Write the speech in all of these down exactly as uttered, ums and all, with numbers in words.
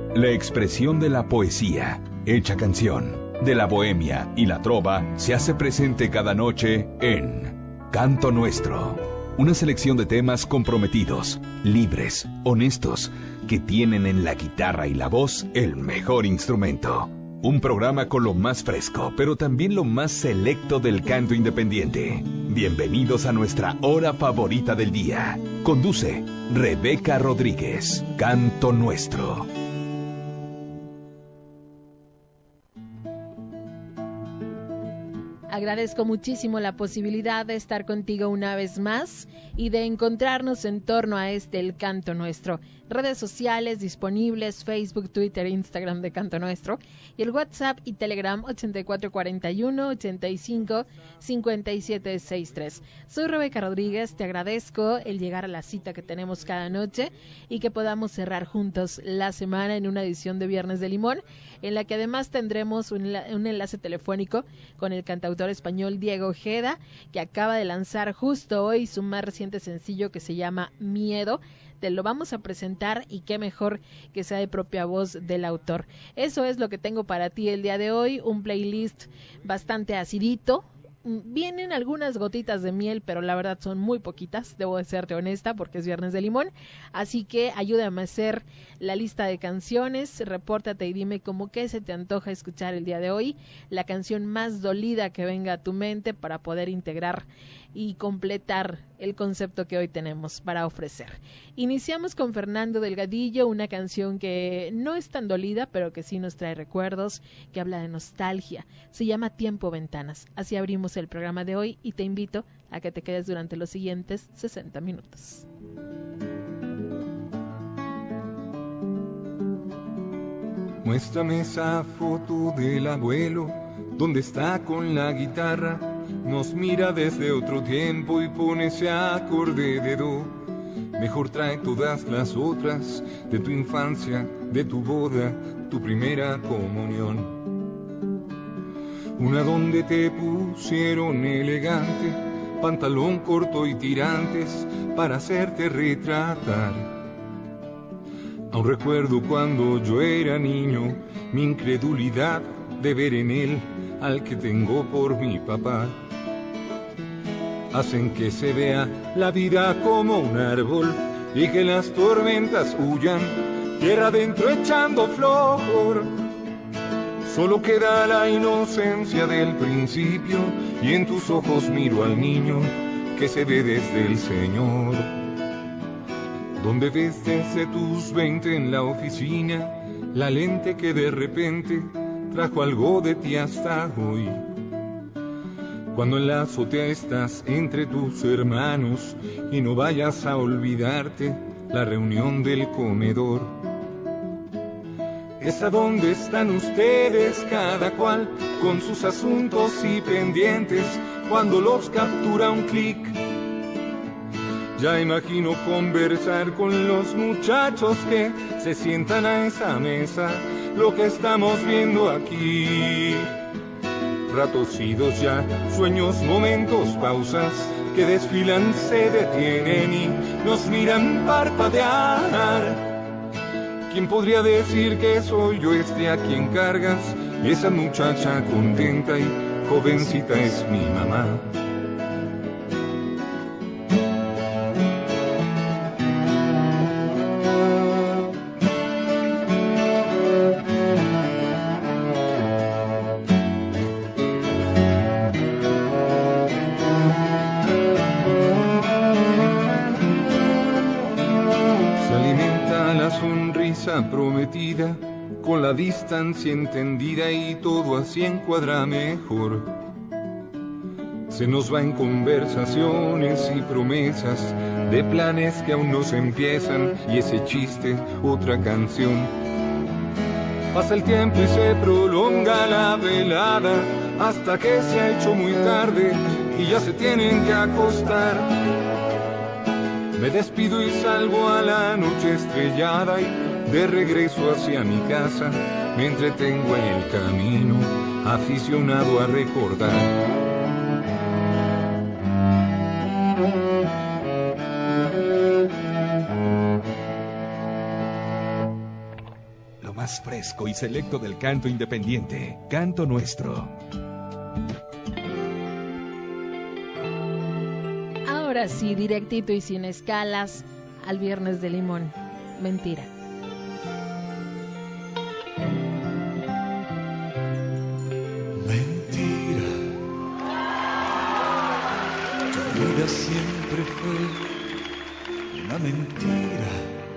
La expresión de la poesía, hecha canción, de la bohemia y la trova se hace presente cada noche en Canto Nuestro. Una selección de temas comprometidos, libres, honestos, que tienen en la guitarra y la voz el mejor instrumento. Un programa con lo más fresco, pero también lo más selecto del canto independiente. Bienvenidos a nuestra hora favorita del día. Conduce Rebeca Rodríguez. Canto Nuestro. Agradezco muchísimo la posibilidad de estar contigo una vez más y de encontrarnos en torno a este El Canto Nuestro. Redes sociales disponibles, Facebook, Twitter, Instagram de Canto Nuestro y el WhatsApp y Telegram ochenta y cuatro cuarenta y uno, ochenta y cinco, cincuenta y siete sesenta y tres. Soy Rebeca Rodríguez, te agradezco el llegar a la cita que tenemos cada noche y que podamos cerrar juntos la semana en una edición de Viernes de Limón, en la que además tendremos un, un enlace telefónico con el cantautor español Diego Ojeda, que acaba de lanzar justo hoy su más reciente sencillo que se llama Miedo. Te lo vamos a presentar y qué mejor que sea de propia voz del autor. Eso es lo que tengo para ti el día de hoy, un playlist bastante acidito. Vienen algunas gotitas de miel, pero la verdad son muy poquitas, debo de serte honesta, porque es Viernes de Limón. Así que ayúdame a hacer la lista de canciones, repórtate y dime cómo qué se te antoja escuchar el día de hoy, la canción más dolida que venga a tu mente para poder integrar y completar el concepto que hoy tenemos para ofrecer. Iniciamos con Fernando Delgadillo, una canción que no es tan dolida, pero que sí nos trae recuerdos, que habla de nostalgia. Se llama Tiempo Ventanas. Así abrimos el programa de hoy y te invito a que te quedes durante los siguientes sesenta minutos. Muéstrame esa foto del abuelo, donde está con la guitarra. Nos mira desde otro tiempo y pone ese acorde de do. Mejor trae todas las otras, de tu infancia, de tu boda, tu primera comunión. Una donde te pusieron elegante, pantalón corto y tirantes, para hacerte retratar. Aún recuerdo cuando yo era niño, mi incredulidad de ver en él al que tengo por mi papá. Hacen que se vea la vida como un árbol y que las tormentas huyan, tierra adentro echando flor. Solo queda la inocencia del principio y en tus ojos miro al niño que se ve desde el Señor. Donde ves desde tus veinte en la oficina, la lente que de repente trajo algo de ti hasta hoy. Cuando en la azotea estás entre tus hermanos y no vayas a olvidarte la reunión del comedor. Es a donde están ustedes, cada cual con sus asuntos y pendientes, cuando los captura un clic. Ya imagino conversar con los muchachos que se sientan a esa mesa, lo que estamos viendo aquí. Ratos idos ya, sueños, momentos, pausas, que desfilan, se detienen y nos miran parpadear. ¿Quién podría decir que soy yo este a quien cargas? Esa muchacha contenta y jovencita es mi mamá. Prometida, con la distancia entendida y todo así encuadra mejor. Se nos va en conversaciones y promesas de planes que aún no se empiezan y ese chiste, otra canción. Pasa el tiempo y se prolonga la velada hasta que se ha hecho muy tarde y ya se tienen que acostar. Me despido y salgo a la noche estrellada y de regreso hacia mi casa me entretengo en el camino, aficionado a recordar. más fresco y selecto del canto independiente. Canto Nuestro. Ahora sí, directito y sin escalas, al Viernes de Limón. Mentira. Mentira. Tu vida siempre fue una mentira.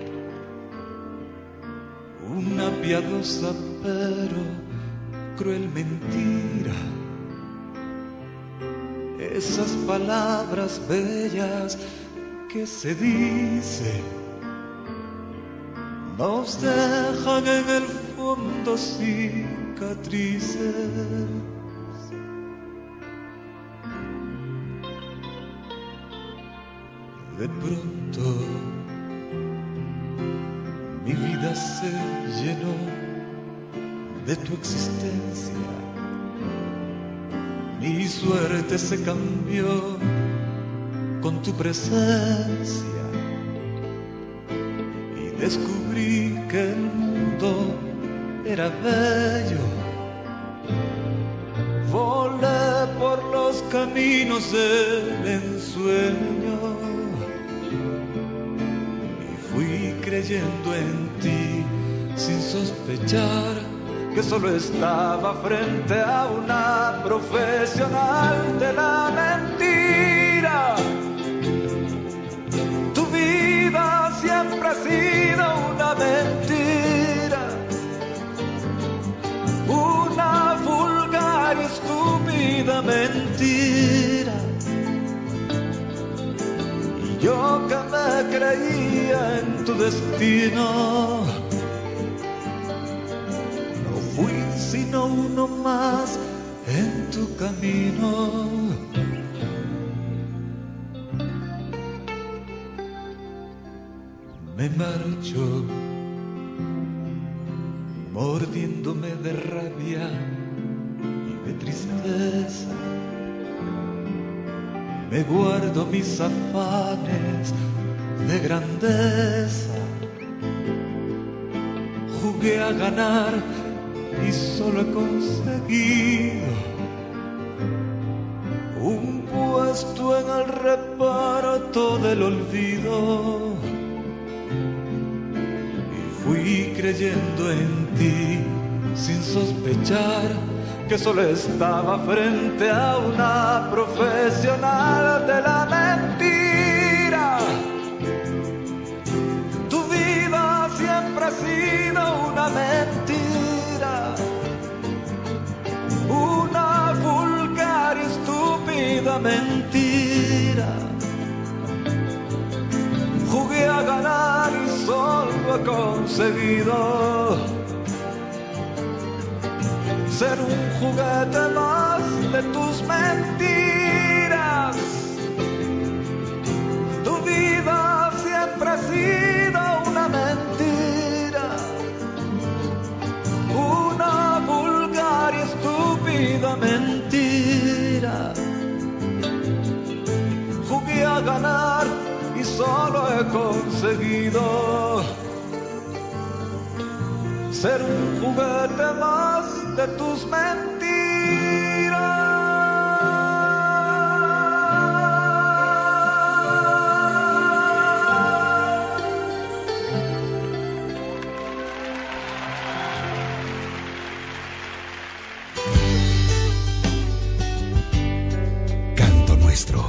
Una piadosa pero cruel mentira. Esas palabras bellas que se dicen nos dejan en el fondo cicatrices. De pronto mi vida se llenó de tu existencia. Mi suerte se cambió con tu presencia y descubrí que el mundo era bello. Volé por los caminos del ensueño y fui creyendo en ti sin sospechar que solo estaba frente a una profesional de la mentira. Tu vida siempre ha sido una mentira, una vulgar y estúpida mentira. Y yo que me creía en tu destino, sino uno más en tu camino. Me marcho mordiéndome de rabia y de tristeza. Me guardo mis afanes de grandeza. Jugué a ganar y solo he conseguido un puesto en el reparto del olvido. Y fui creyendo en ti sin sospechar que solo estaba frente a una profesional de la mentira. Tu vida siempre ha sido una mentira, una vulgar y estúpida mentira. Jugué a ganar y solo he conseguido ser un juguete más de tus mentiras. Tu vida siempre ha sido una mentira, una vulgar y estúpida mentira. Jugué a ganar y solo he conseguido ser un juguete más de tus mentiras. Canto Nuestro.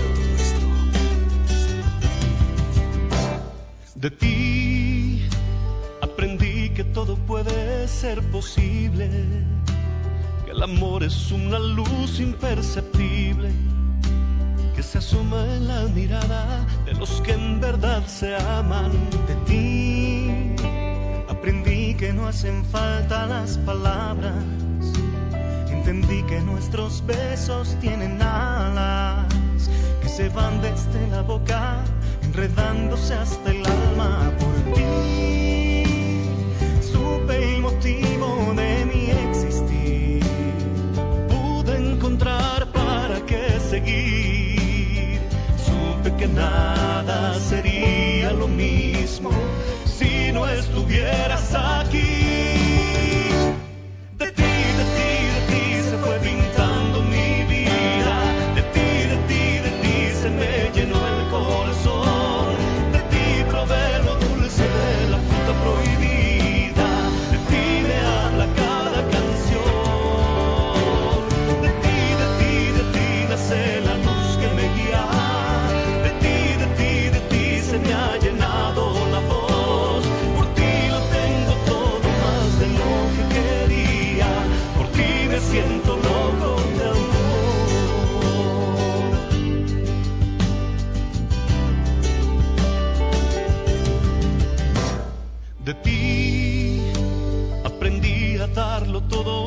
De ti aprendí que todo puede ser posible, que el amor es una luz imperceptible que se asoma en la mirada de los que en verdad se aman. De ti aprendí que no hacen falta las palabras, entendí que nuestros besos tienen alas que se van desde la boca enredándose hasta el alma. Por ti supe el motivo de mi existir, pude encontrar para qué seguir. Supe que nada sería lo mismo si no estuvieras aquí.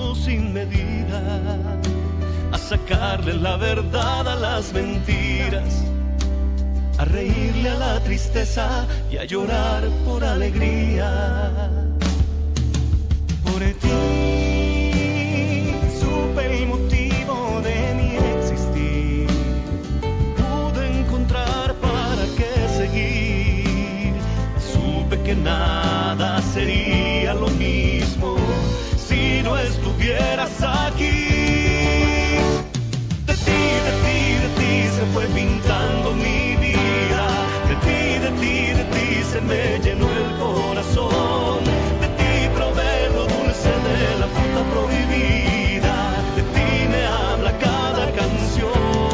amor sin medida, a sacarle la verdad a las mentiras, a reírle a la tristeza y a llorar por alegría. Por ti supe el motivo de mi existir, pude encontrar para qué seguir, supe que nada sería lo mismo si no estuvieras aquí. De ti, de ti, de ti se fue pintando mi vida, de ti, de ti, de ti se me llenó el corazón, de ti probé lo dulce de la fruta prohibida, de ti me habla cada canción,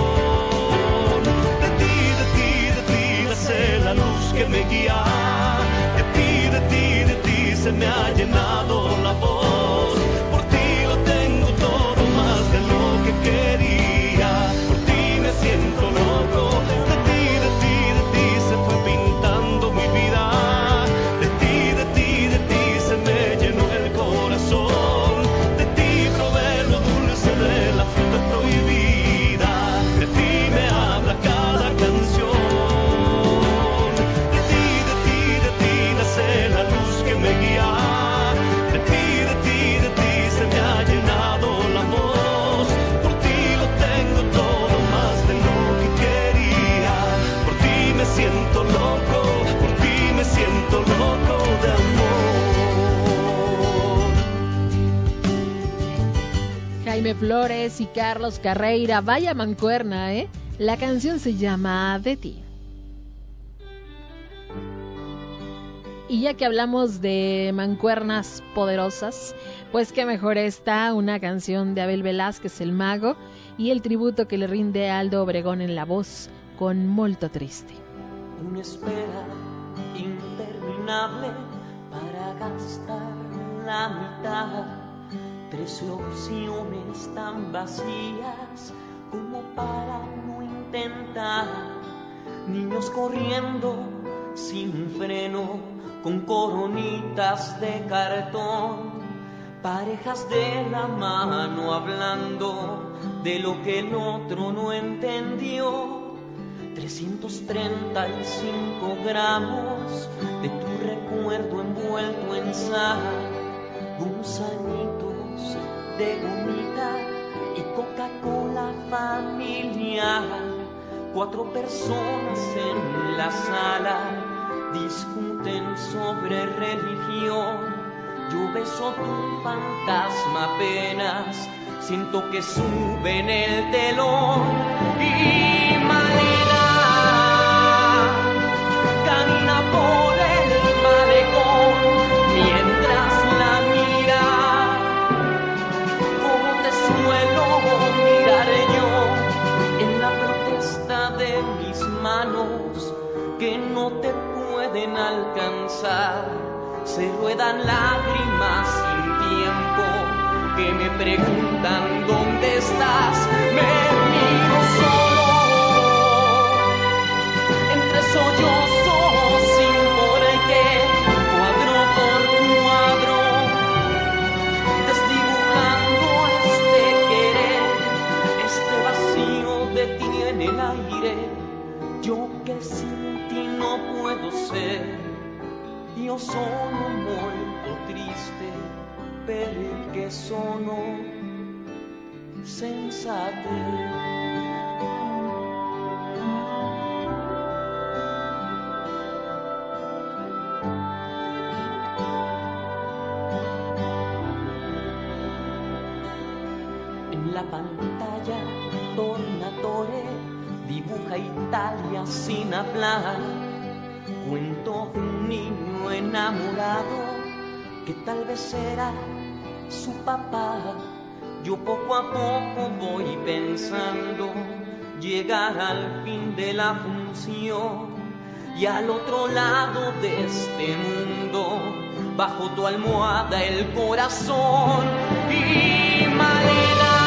de ti, de ti, de ti desde la luz que me guía, de ti, de ti, de ti se me ha llenado la voz, por ti lo tengo todo más de lo que quería, por ti me siento loco, de ti, de ti, de ti se fue pintando mi vida, de ti, de ti, de ti se me llenó el corazón, de ti probé lo dulce de la fruta prohibida, de ti me habla cada canción, de ti, de ti, de ti nace la luz que me guía, de ti, de ti, de ti se me ha llenado la voz, por ti lo tengo todo más de lo que quería, por ti me siento loco, por ti me siento loco de amor. Jaime Flores y Carlos Carreira, vaya mancuerna, ¿eh? La canción se llama De ti. Y ya que hablamos de mancuernas poderosas, pues qué mejor está una canción de Abel Velázquez, El Mago, y el tributo que le rinde Aldo Obregón en la voz, con Molto Triste. Una espera interminable para gastar la mitad, trece opciones tan vacías como para no intentar, niños corriendo sin freno con coronitas de cartón, parejas de la mano hablando de lo que el otro no entendió, trescientos treinta y cinco gramos de tu recuerdo envuelto en sal, gusanitos de gomita y Coca-Cola familiar, cuatro personas en la sala discuten sobre religión, yo beso tu fantasma apenas, siento que sube en el telón, y Malena camina por el malecón mientras la mira, como te suelo mirar yo en la protesta de mis manos que no te pueden alcanzar, se ruedan lágrimas sin tiempo que me preguntan dónde estás, me miro solo entre sollozos sin por qué, cuadro por cuadro desdibujando este querer, este vacío detiene el aire, yo que sin ti no puedo ser, io sono molto triste perché sono senza te. En la pantalla Tornatore dibuja Italia sin hablar, cuento de un niño enamorado que tal vez era su papá. Yo poco a poco voy pensando llegar al fin de la función y al otro lado de este mundo, bajo tu almohada el corazón. Y Malena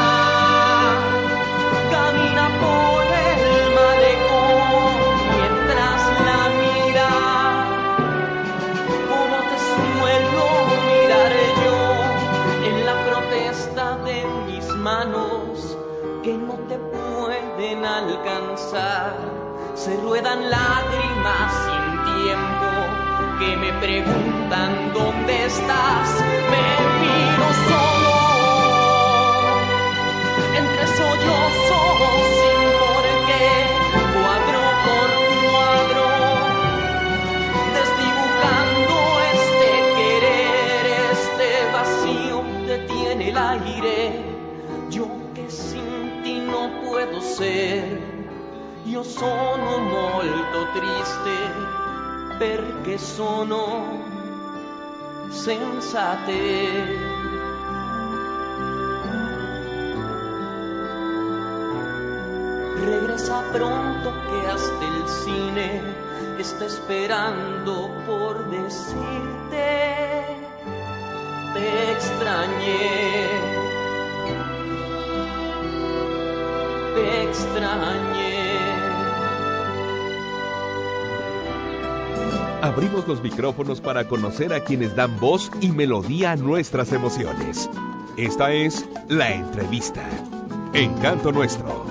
camina por el malecón mientras la mira, como te suelo mirar yo en la protesta pueden alcanzar. Se ruedan lágrimas sin tiempo que me preguntan dónde estás. Me miro solo entre sollozos sin por qué, cuadro por cuadro, desdibujando este querer. Este vacío detiene el aire. Yo que sin ti no puedo ser. Io sono molto triste perché sono senza te. Regresa pronto que hasta el cine está esperando por decirte te extrañé, te extrañé. Abrimos los micrófonos para conocer a quienes dan voz y melodía a nuestras emociones. Esta es La Entrevista, en Canto Nuestro.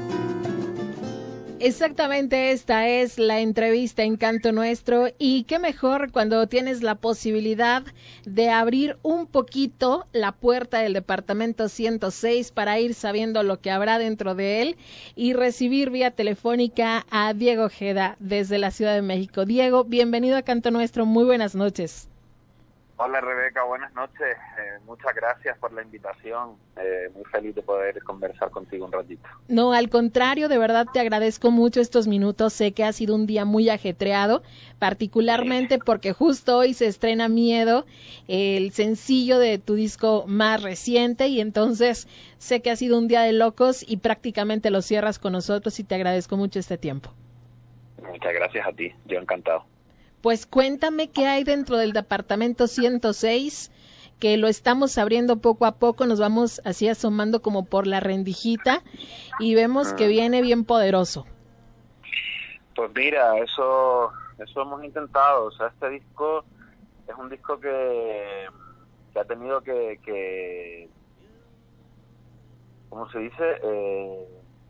Exactamente, esta es La Entrevista en Canto Nuestro, y qué mejor cuando tienes la posibilidad de abrir un poquito la puerta del departamento ciento seis para ir sabiendo lo que habrá dentro de él y recibir vía telefónica a Diego Ojeda desde la Ciudad de México. Diego, bienvenido a Canto Nuestro, muy buenas noches. Hola Rebeca, buenas noches, eh, muchas gracias por la invitación, eh, muy feliz de poder conversar contigo un ratito. No, al contrario, de verdad te agradezco mucho estos minutos, sé que ha sido un día muy ajetreado, particularmente porque justo hoy se estrena Miedo, el sencillo de tu disco más reciente, y entonces sé que ha sido un día de locos y prácticamente lo cierras con nosotros y te agradezco mucho este tiempo. Muchas gracias a ti, yo encantado. Pues cuéntame qué hay dentro del departamento ciento seis, que lo estamos abriendo poco a poco, nos vamos así asomando como por la rendijita y vemos que viene bien poderoso. Pues mira, eso eso hemos intentado, o sea, este disco es un disco que, que ha tenido que, que ¿cómo se dice? Eh,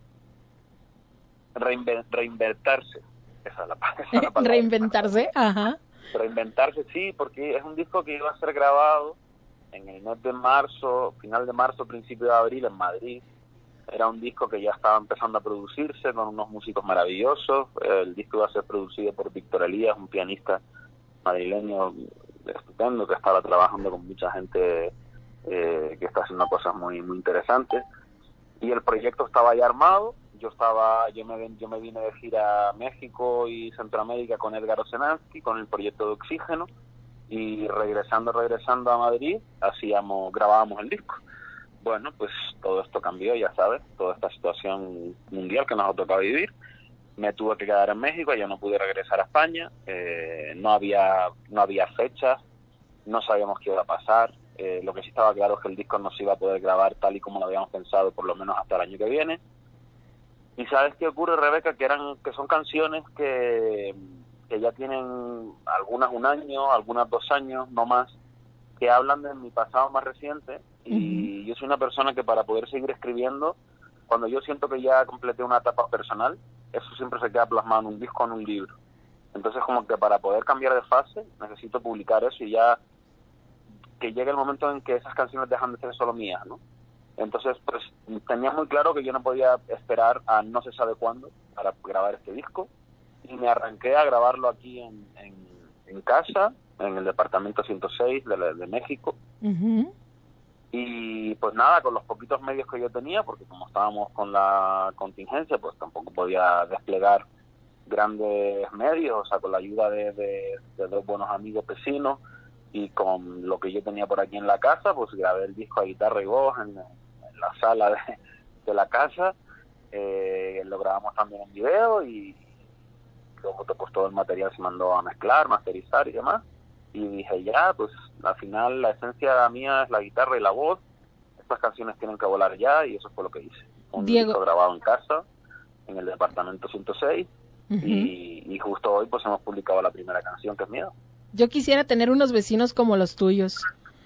reinven, reinventarse. Esa es la, esa es la palabra. Reinventarse, ajá. Reinventarse, sí, porque es un disco que iba a ser grabado en el mes de marzo, final de marzo, principio de abril en Madrid. Era un disco que ya estaba empezando a producirse con unos músicos maravillosos. El disco iba a ser producido por Víctor Elías, un pianista madrileño estupendo que estaba trabajando con mucha gente eh, que está haciendo cosas muy muy interesantes. Y el proyecto estaba ya armado. Yo estaba, yo me, yo me vine de gira a México y Centroamérica con Edgar Osenansky, con el proyecto de Oxígeno, y regresando, regresando a Madrid, hacíamos, grabábamos el disco. Bueno, pues todo esto cambió, ya sabes, toda esta situación mundial que nos ha tocado vivir. Me tuve que quedar en México, ya no pude regresar a España, eh, no había, no había fechas, no sabíamos qué iba a pasar. Eh, lo que sí estaba claro es que el disco no se iba a poder grabar tal y como lo habíamos pensado, por lo menos hasta el año que viene. Y ¿sabes qué ocurre, Rebeca? Que eran que son canciones que, que ya tienen algunas un año, algunas dos años, no más, que hablan de mi pasado más reciente. Y uh-huh. Yo soy una persona que para poder seguir escribiendo, cuando yo siento que ya completé una etapa personal, eso siempre se queda plasmado en un disco, en un libro. Entonces como que para poder cambiar de fase, necesito publicar eso y ya que llegue el momento en que esas canciones dejan de ser solo mías, ¿no? Entonces, pues, tenía muy claro que yo no podía esperar a no se sabe cuándo para grabar este disco, y me arranqué a grabarlo aquí en, en, en casa, en el departamento ciento seis de, de México. Uh-huh. Y pues nada, con los poquitos medios que yo tenía, porque como estábamos con la contingencia, pues tampoco podía desplegar grandes medios, o sea, con la ayuda de, de, de dos buenos amigos vecinos, y con lo que yo tenía por aquí en la casa, pues grabé el disco a guitarra y voz en, en la sala de, de la casa. Eh, lo grabamos también en video y luego pues todo el material se mandó a mezclar, masterizar y demás. Y dije, ya, pues al final la esencia mía es la guitarra y la voz. Estas canciones tienen que volar ya, y eso fue lo que hice. Un Diego. disco grabado en casa, en el departamento ciento seis, uh-huh. y, y justo hoy pues hemos publicado la primera canción, que es Miedo. Yo quisiera tener unos vecinos como los tuyos.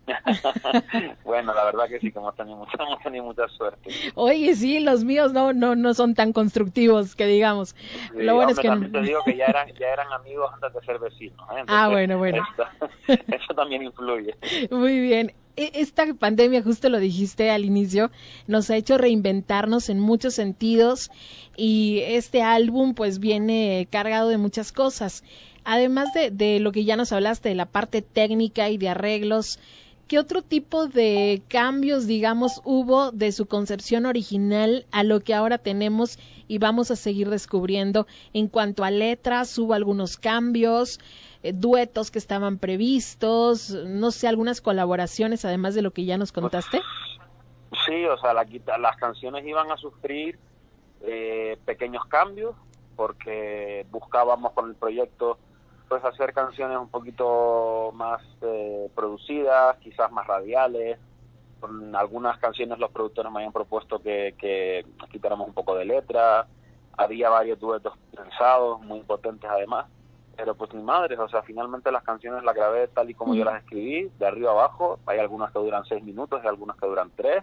Bueno, la verdad que sí, que hemos tenido, mucha, hemos tenido mucha suerte. Oye, sí, los míos no no no son tan constructivos, que digamos. Sí, Lo bueno hombre, es que... también te digo que ya eran, ya eran amigos antes de ser vecinos, ¿eh? Entonces, ah, bueno, bueno. Esto, eso también influye. Muy bien. Esta pandemia, justo lo dijiste al inicio, nos ha hecho reinventarnos en muchos sentidos y este álbum pues viene cargado de muchas cosas. Además de, de lo que ya nos hablaste, de la parte técnica y de arreglos, ¿qué otro tipo de cambios, digamos, hubo de su concepción original a lo que ahora tenemos y vamos a seguir descubriendo? En cuanto a letras, ¿hubo algunos cambios, eh, duetos que estaban previstos, no sé, algunas colaboraciones además de lo que ya nos contaste? Sí, o sea, la, las canciones iban a sufrir eh, pequeños cambios porque buscábamos con el proyecto pues hacer canciones un poquito más eh, producidas, quizás más radiales. Con algunas canciones los productores me habían propuesto que, que quitáramos un poco de letra. Había varios duetos pensados, muy potentes además, pero pues mi madre, o sea, finalmente las canciones las grabé tal y como yo las escribí, de arriba a abajo. Hay algunas que duran seis minutos y algunas que duran tres.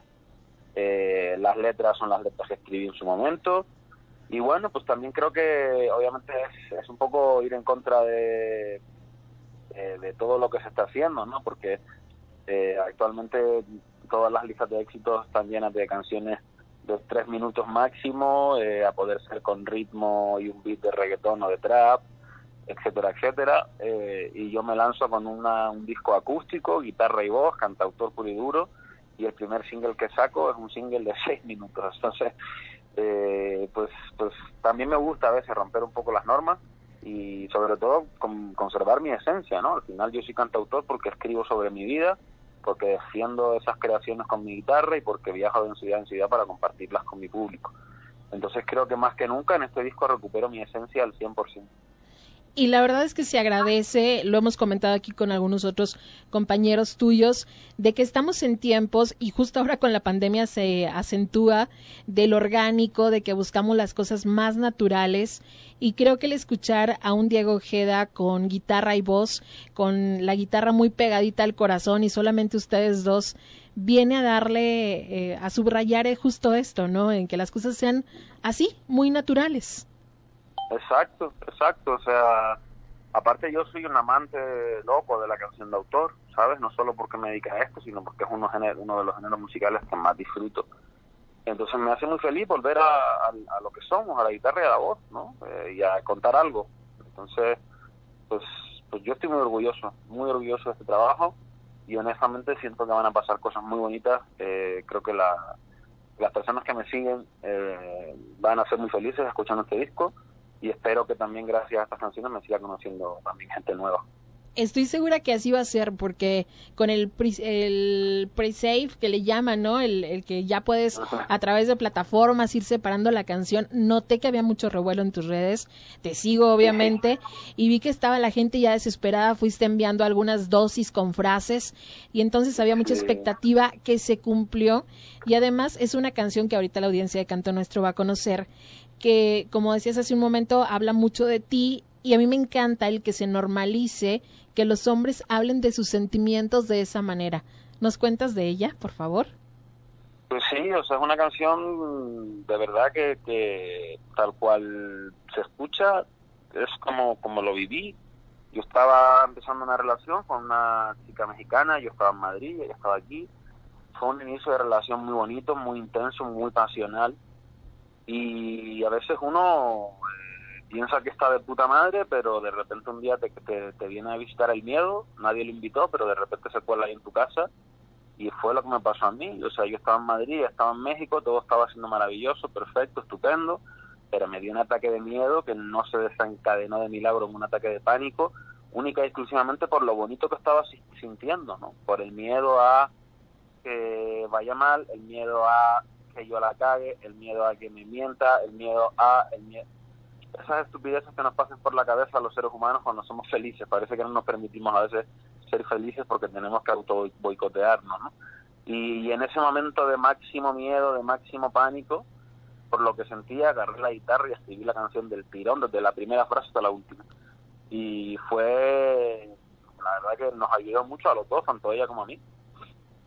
Eh, las letras son las letras que escribí en su momento. Y bueno, pues también creo que obviamente es, es un poco ir en contra de, de, de todo lo que se está haciendo, ¿no? Porque eh, actualmente todas las listas de éxitos están llenas de canciones de tres minutos máximo, eh, a poder ser con ritmo y un beat de reggaetón o de trap, etcétera, etcétera. Eh, y yo me lanzo con una, un disco acústico, guitarra y voz, cantautor puro y duro, y el primer single que saco es un single de seis minutos. Entonces... Eh, pues pues también me gusta a veces romper un poco las normas y sobre todo con, conservar mi esencia, ¿no? Al final yo soy cantautor porque escribo sobre mi vida, porque defiendo esas creaciones con mi guitarra y porque viajo de ciudad en ciudad para compartirlas con mi público. Entonces creo que más que nunca en este disco recupero mi esencia al cien por ciento. Y la verdad es que se agradece, lo hemos comentado aquí con algunos otros compañeros tuyos, de que estamos en tiempos, y justo ahora con la pandemia se acentúa, del orgánico, de que buscamos las cosas más naturales, y creo que el escuchar a un Diego Ojeda con guitarra y voz, con la guitarra muy pegadita al corazón y solamente ustedes dos, viene a darle, eh, a subrayar justo esto, ¿no? En que las cosas sean así, muy naturales. Exacto, exacto, o sea, aparte yo soy un amante loco de la canción de autor, ¿sabes? No solo porque me dedico a esto, sino porque es uno, uno de los géneros musicales que más disfruto. Entonces me hace muy feliz volver a, a, a lo que somos, a la guitarra y a la voz, ¿no? Eh, y a contar algo. Entonces, pues, pues yo estoy muy orgulloso, muy orgulloso de este trabajo y honestamente siento que van a pasar cosas muy bonitas. Eh, creo que la, las personas que me siguen eh, van a ser muy felices escuchando este disco. Y espero que también gracias a estas canciones me siga conociendo también gente nueva. Estoy segura que así va a ser, porque con el pre, el pre-save que le llaman, ¿no? El, el que ya puedes a través de plataformas ir separando la canción, noté que había mucho revuelo en tus redes, te sigo obviamente, y vi que estaba la gente ya desesperada, fuiste enviando algunas dosis con frases, y entonces había mucha expectativa que se cumplió, y además es una canción que ahorita la audiencia de Canto Nuestro va a conocer, que como decías hace un momento, habla mucho de ti, y a mí me encanta el que se normalice que los hombres hablen de sus sentimientos de esa manera. ¿Nos cuentas de ella, por favor? Pues sí, o sea, es una canción de verdad que, que tal cual se escucha, es como, como lo viví. Yo estaba empezando una relación con una chica mexicana, yo estaba en Madrid, ella estaba aquí. Fue un inicio de relación muy bonito, muy intenso, muy pasional. Y a veces uno eh, piensa que está de puta madre, pero de repente un día te, te, te viene a visitar el miedo, nadie lo invitó, pero de repente se cuela ahí en tu casa, y fue lo que me pasó a mí. O sea, yo estaba en Madrid, estaba en México, todo estaba siendo maravilloso, perfecto, estupendo, pero me dio un ataque de miedo que no se desencadenó de milagro en un ataque de pánico, única y exclusivamente por lo bonito que estaba sintiendo, ¿no? Por el miedo a que vaya mal, el miedo a que yo la cague, el miedo a que me mienta, el miedo a... el miedo esas estupideces que nos pasan por la cabeza a los seres humanos cuando somos felices. Parece que no nos permitimos a veces ser felices porque tenemos que auto boicotearnos, ¿no? Y, y en ese momento de máximo miedo, de máximo pánico, por lo que sentía, agarré la guitarra y escribí la canción del tirón, desde la primera frase hasta la última. Y fue, la verdad que nos ayudó mucho a los dos, tanto a ella como a mí.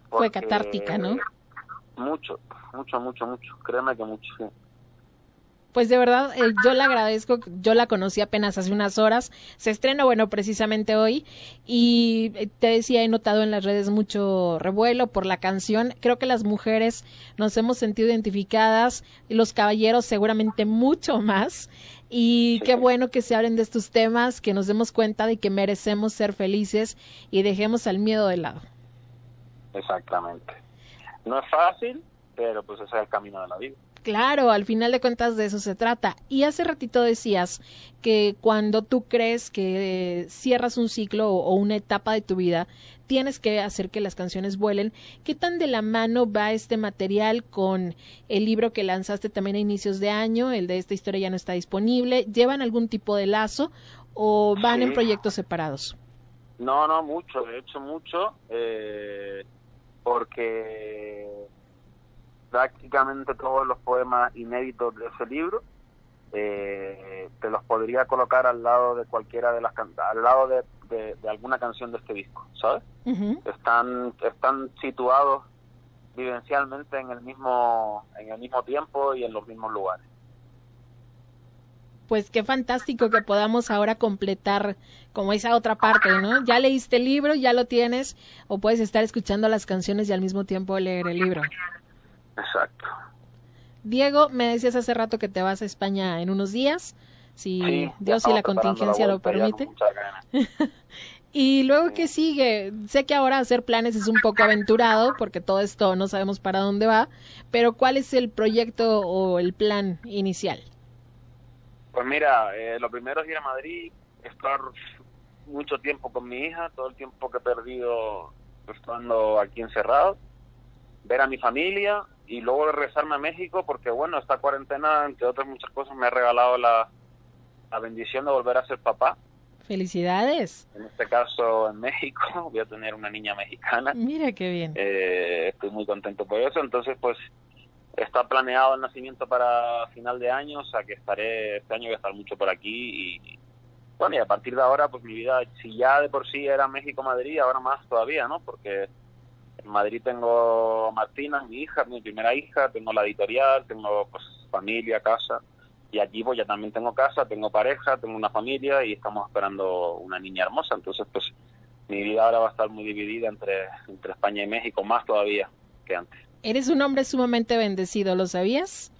Fue catártica, ¿no? Mucho, mucho, mucho, mucho. Créeme que mucho, sí. Pues de verdad, eh, yo le agradezco, yo la conocí apenas hace unas horas, se estrenó, bueno, precisamente hoy, y eh, te decía, he notado en las redes mucho revuelo por la canción, creo que las mujeres nos hemos sentido identificadas, los caballeros seguramente mucho más, y Sí. qué bueno que se hablen de estos temas, que nos demos cuenta de que merecemos ser felices y dejemos al miedo de lado. Exactamente. No es fácil, pero pues ese es el camino de la vida. Claro, al final de cuentas de eso se trata. Y hace ratito decías que cuando tú crees que eh, cierras un ciclo o, o una etapa de tu vida, tienes que hacer que las canciones vuelen. ¿Qué tan de la mano va este material con el libro que lanzaste también a inicios de año, el de Esta historia ya no está disponible? ¿Llevan algún tipo de lazo o van Sí. en proyectos separados? No, no, mucho, de hecho mucho, eh, porque prácticamente todos los poemas inéditos de ese libro eh, te los podría colocar al lado de cualquiera de las can- al lado de, de, de alguna canción de este disco, ¿sabes? Uh-huh. Están están situados vivencialmente en el mismo en el mismo tiempo y en los mismos lugares. Pues qué fantástico que podamos ahora completar como esa otra parte, ¿no? Ya leíste el libro, ya lo tienes, o puedes estar escuchando las canciones y al mismo tiempo leer el libro. Exacto. Diego, me decías hace rato que te vas a España en unos días, si Sí, Dios ya y la estamos preparando contingencia la lo vuelta ya permite. con muchas ganas. Y luego, Sí. ¿qué sigue? Sé que ahora hacer planes es un poco aventurado, porque todo esto no sabemos para dónde va, pero ¿cuál es el proyecto o el plan inicial? Pues mira, eh, lo primero es ir a Madrid, estar mucho tiempo con mi hija, todo el tiempo que he perdido estando aquí encerrado, ver a mi familia y luego regresarme a México porque, bueno, esta cuarentena, entre otras muchas cosas, me ha regalado la, la bendición de volver a ser papá. Felicidades. En este caso en México, voy a tener una niña mexicana. Mira qué bien. Eh, estoy muy contento por eso, entonces pues está planeado el nacimiento para final de año, o sea que estaré, este año voy a estar mucho por aquí y bueno, y a partir de ahora pues mi vida, si ya de por sí era México-Madrid, ahora más todavía, ¿no? Porque en Madrid tengo a Martina, mi hija, mi primera hija, tengo la editorial, tengo pues familia, casa, y allí pues ya también tengo casa, tengo pareja, tengo una familia y estamos esperando una niña hermosa, entonces pues mi vida ahora va a estar muy dividida entre, entre España y México, más todavía que antes. Eres un hombre sumamente bendecido, ¿lo sabías?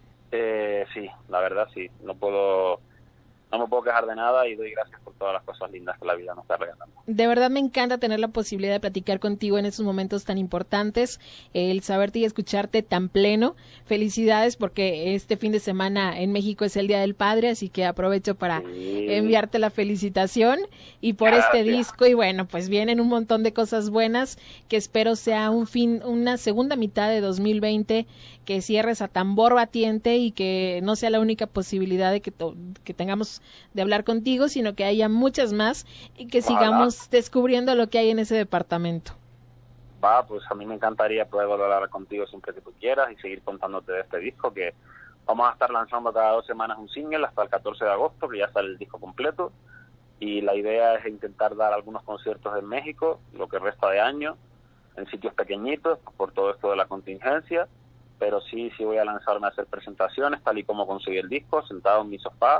Eh, sí, la verdad sí, no puedo, no me puedo quejar de nada y doy gracias por todas las cosas lindas que la vida nos está regalando. De verdad me encanta tener la posibilidad de platicar contigo en estos momentos tan importantes, el saberte y escucharte tan pleno. Felicidades porque este fin de semana en México es el Día del Padre, así que aprovecho para Sí. enviarte la felicitación y por Gracias. este disco y bueno, pues vienen un montón de cosas buenas que espero sea un fin, una segunda mitad de dos mil veinte que cierres a tambor batiente y que no sea la única posibilidad de que, to- que tengamos de hablar contigo, sino que haya muchas más y que Ojalá. sigamos descubriendo lo que hay en ese departamento. Va, pues a mí me encantaría poder volver a hablar contigo siempre que tú quieras y seguir contándote de este disco que vamos a estar lanzando cada dos semanas un single hasta el catorce de agosto, que ya sale el disco completo, y la idea es intentar dar algunos conciertos en México, lo que resta de año, en sitios pequeñitos, por todo esto de la contingencia, pero sí, sí voy a lanzarme a hacer presentaciones, tal y como conseguí el disco, sentado en mi sofá,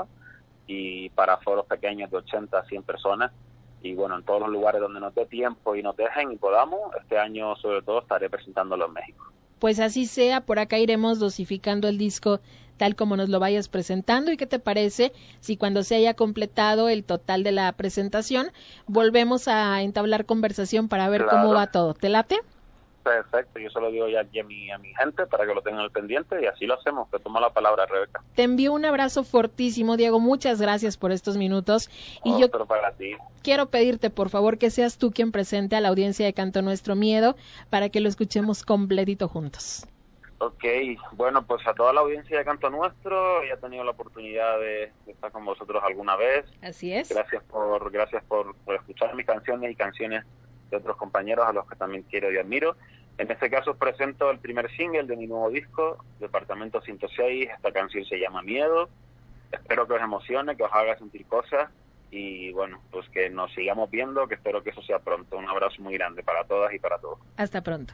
y para foros pequeños de ochenta a cien personas, y bueno, en todos los lugares donde nos dé tiempo y nos dejen y podamos, este año sobre todo estaré presentándolo en México. Pues así sea, por acá iremos dosificando el disco tal como nos lo vayas presentando. ¿Y qué te parece si cuando se haya completado el total de la presentación volvemos a entablar conversación para ver Claro. cómo va todo? ¿Te late? Perfecto, yo se lo digo ya aquí a mi, a mi gente para que lo tengan al pendiente y así lo hacemos. Te tomo la palabra, Rebeca. Te envío un abrazo fortísimo, Diego. Muchas gracias por estos minutos. Y yo Otro para ti. quiero pedirte, por favor, que seas tú quien presente a la audiencia de Canto Nuestro Miedo para que lo escuchemos completito juntos. Ok, bueno, pues a toda la audiencia de Canto Nuestro, ya he tenido la oportunidad de, de estar con vosotros alguna vez. Así es. Gracias por gracias por, por escuchar mis canciones y canciones de otros compañeros a los que también quiero y admiro. En este caso os presento el primer single de mi nuevo disco, Departamento ciento seis. Esta canción se llama Miedo. Espero que os emocione, que os haga sentir cosas y bueno, pues que nos sigamos viendo, que espero que eso sea pronto. Un abrazo muy grande para todas y para todos. Hasta pronto.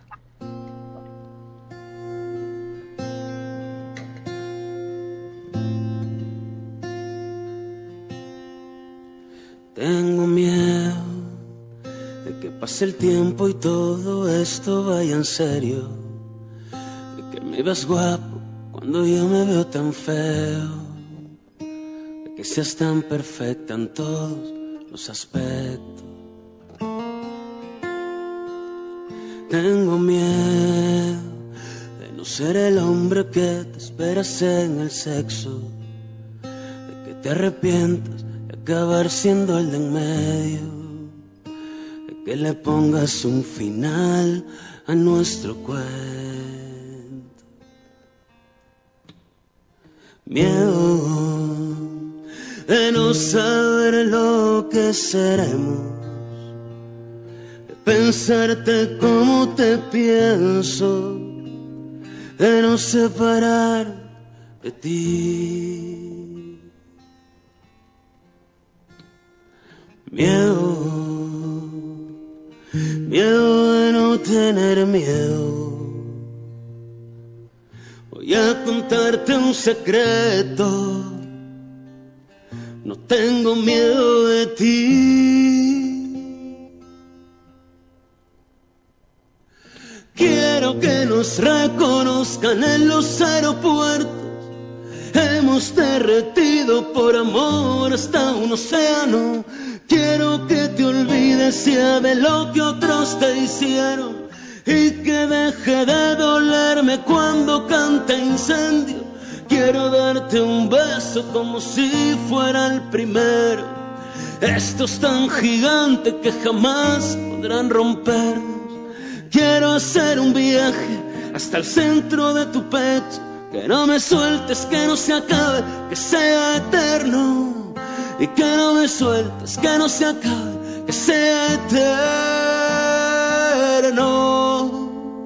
Tengo miedo de que pase el tiempo y todo esto vaya en serio, de que me veas guapo cuando yo me veo tan feo, de que seas tan perfecta en todos los aspectos. Tengo miedo de no ser el hombre que te esperas en el sexo, de que te arrepientas acabar siendo el de en medio, de que le pongas un final a nuestro cuento. Miedo de no saber lo que seremos, de pensarte como te pienso, de no separar de ti. Miedo, miedo de no tener miedo. Voy a contarte un secreto, no tengo miedo de ti. Quiero que nos reconozcan en los aeropuertos. Hemos derretido por amor hasta un océano. Quiero que te olvides ya de lo que otros te hicieron y que deje de dolerme cuando cante incendio. Quiero darte un beso como si fuera el primero. Esto es tan gigante que jamás podrán rompernos. Quiero hacer un viaje hasta el centro de tu pecho, que no me sueltes, que no se acabe, que sea eterno. Y que no me sueltes, que no se acabe, que sea eterno.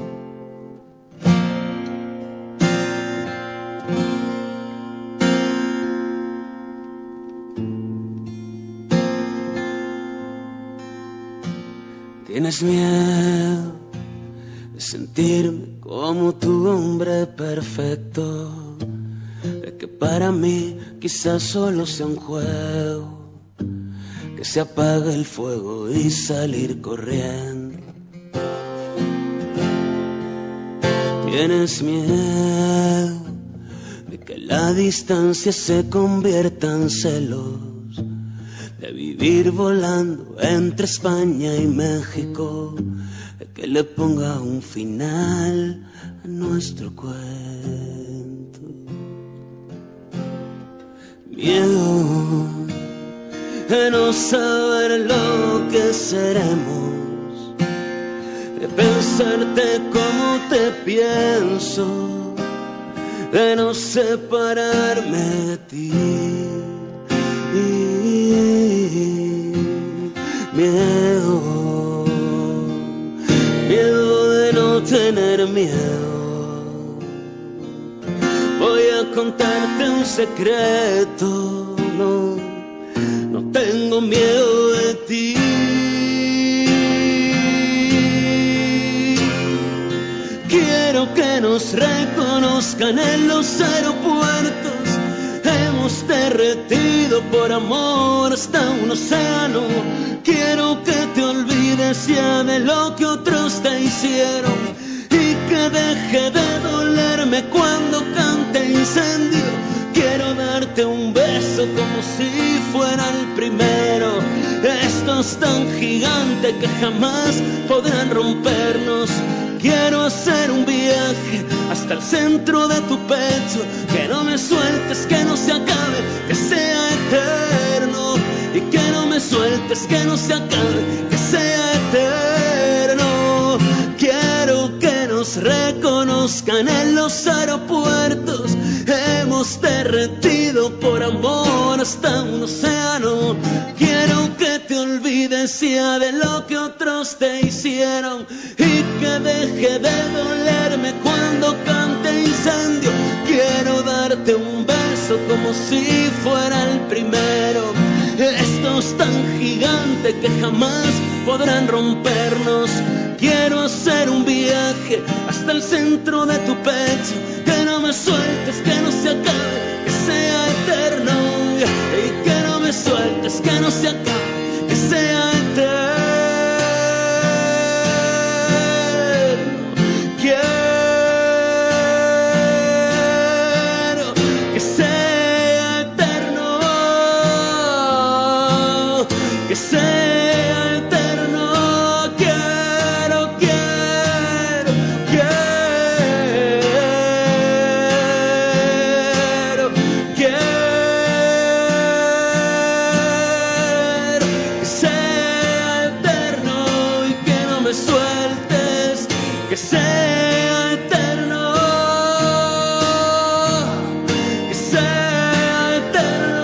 Tienes miedo de sentirme como tu hombre perfecto, de que para mí quizás solo sea un juego, que se apague el fuego y salir corriendo. Tienes miedo de que la distancia se convierta en celos, de vivir volando entre España y México, de que le ponga un final a nuestro cuento. Miedo de no saber lo que seremos, de pensarte como te pienso, de no separarme de ti. Miedo, miedo de no tener miedo. Voy a contarte un secreto, no, no tengo miedo de ti. Quiero que nos reconozcan en los aeropuertos. Hemos derretido por amor hasta un océano. Quiero que te olvides ya de lo que otros te hicieron y que deje de dolerme cuando cante incendio. Quiero darte un beso como si fuera el primero. Esto es tan gigante que jamás podrán rompernos. Quiero hacer un viaje hasta el centro de tu pecho, que no me sueltes, que no se acabe, que sea eterno. Y que no me sueltes, que no se acabe, que sea eterno. Quiero que nos reconozcan en los aeropuertos. Hemos derretido por amor hasta un océano. Quiero que te olvides ya de lo que otros te hicieron y que deje de dolerme cuando cante incendio. Quiero darte un beso como si fuera el primero Esto es tan gigante que jamás podrán rompernos. Quiero hacer un viaje hasta el centro de tu pecho, que no me sueltes, que no se acabe, que sea eterno. Y que no me sueltes, que no se acabe, que sea eterno. Sea eterno, quiero, quiero, quiero, quiero que sea eterno y que no me sueltes, que sea eterno, que sea eterno.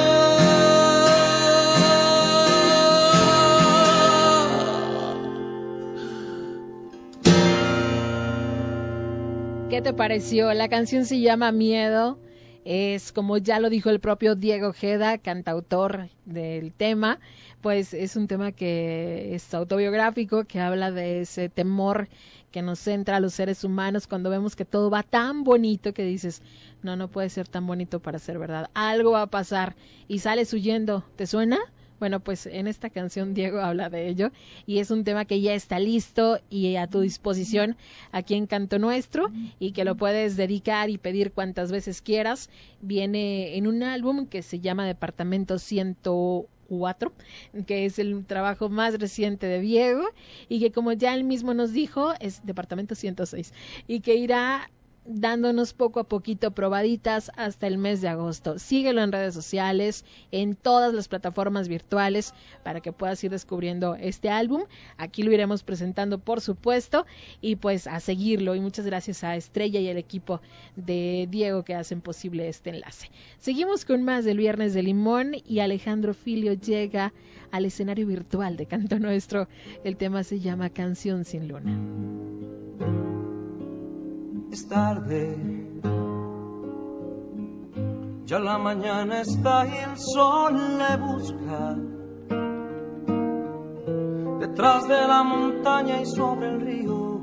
¿Qué te pareció? La canción se llama Miedo. Es, como ya lo dijo el propio Diego Ojeda, cantautor del tema, pues es un tema que es autobiográfico, que habla de ese temor que nos entra a los seres humanos cuando vemos que todo va tan bonito que dices, no, no puede ser tan bonito para ser verdad. Algo va a pasar y sales huyendo. ¿Te suena? Bueno, pues en esta canción Diego habla de ello y es un tema que ya está listo y a tu disposición aquí en Canto Nuestro y que lo puedes dedicar y pedir cuantas veces quieras. Viene en un álbum que se llama Departamento ciento cuatro, que es el trabajo más reciente de Diego y que, como ya él mismo nos dijo, es Departamento ciento seis y que irá dándonos poco a poquito probaditas hasta el mes de agosto. Síguelo en redes sociales, en todas las plataformas virtuales para que puedas ir descubriendo este álbum. Aquí lo iremos presentando, por supuesto, y pues a seguirlo. Y muchas gracias a Estrella y el equipo de Diego que hacen posible este enlace. Seguimos con más del Viernes de Limón y Alejandro Filio llega al escenario virtual de Canto Nuestro. El tema se llama Canción sin Luna. Es tarde, ya la mañana está y el sol le busca detrás de la montaña y sobre el río.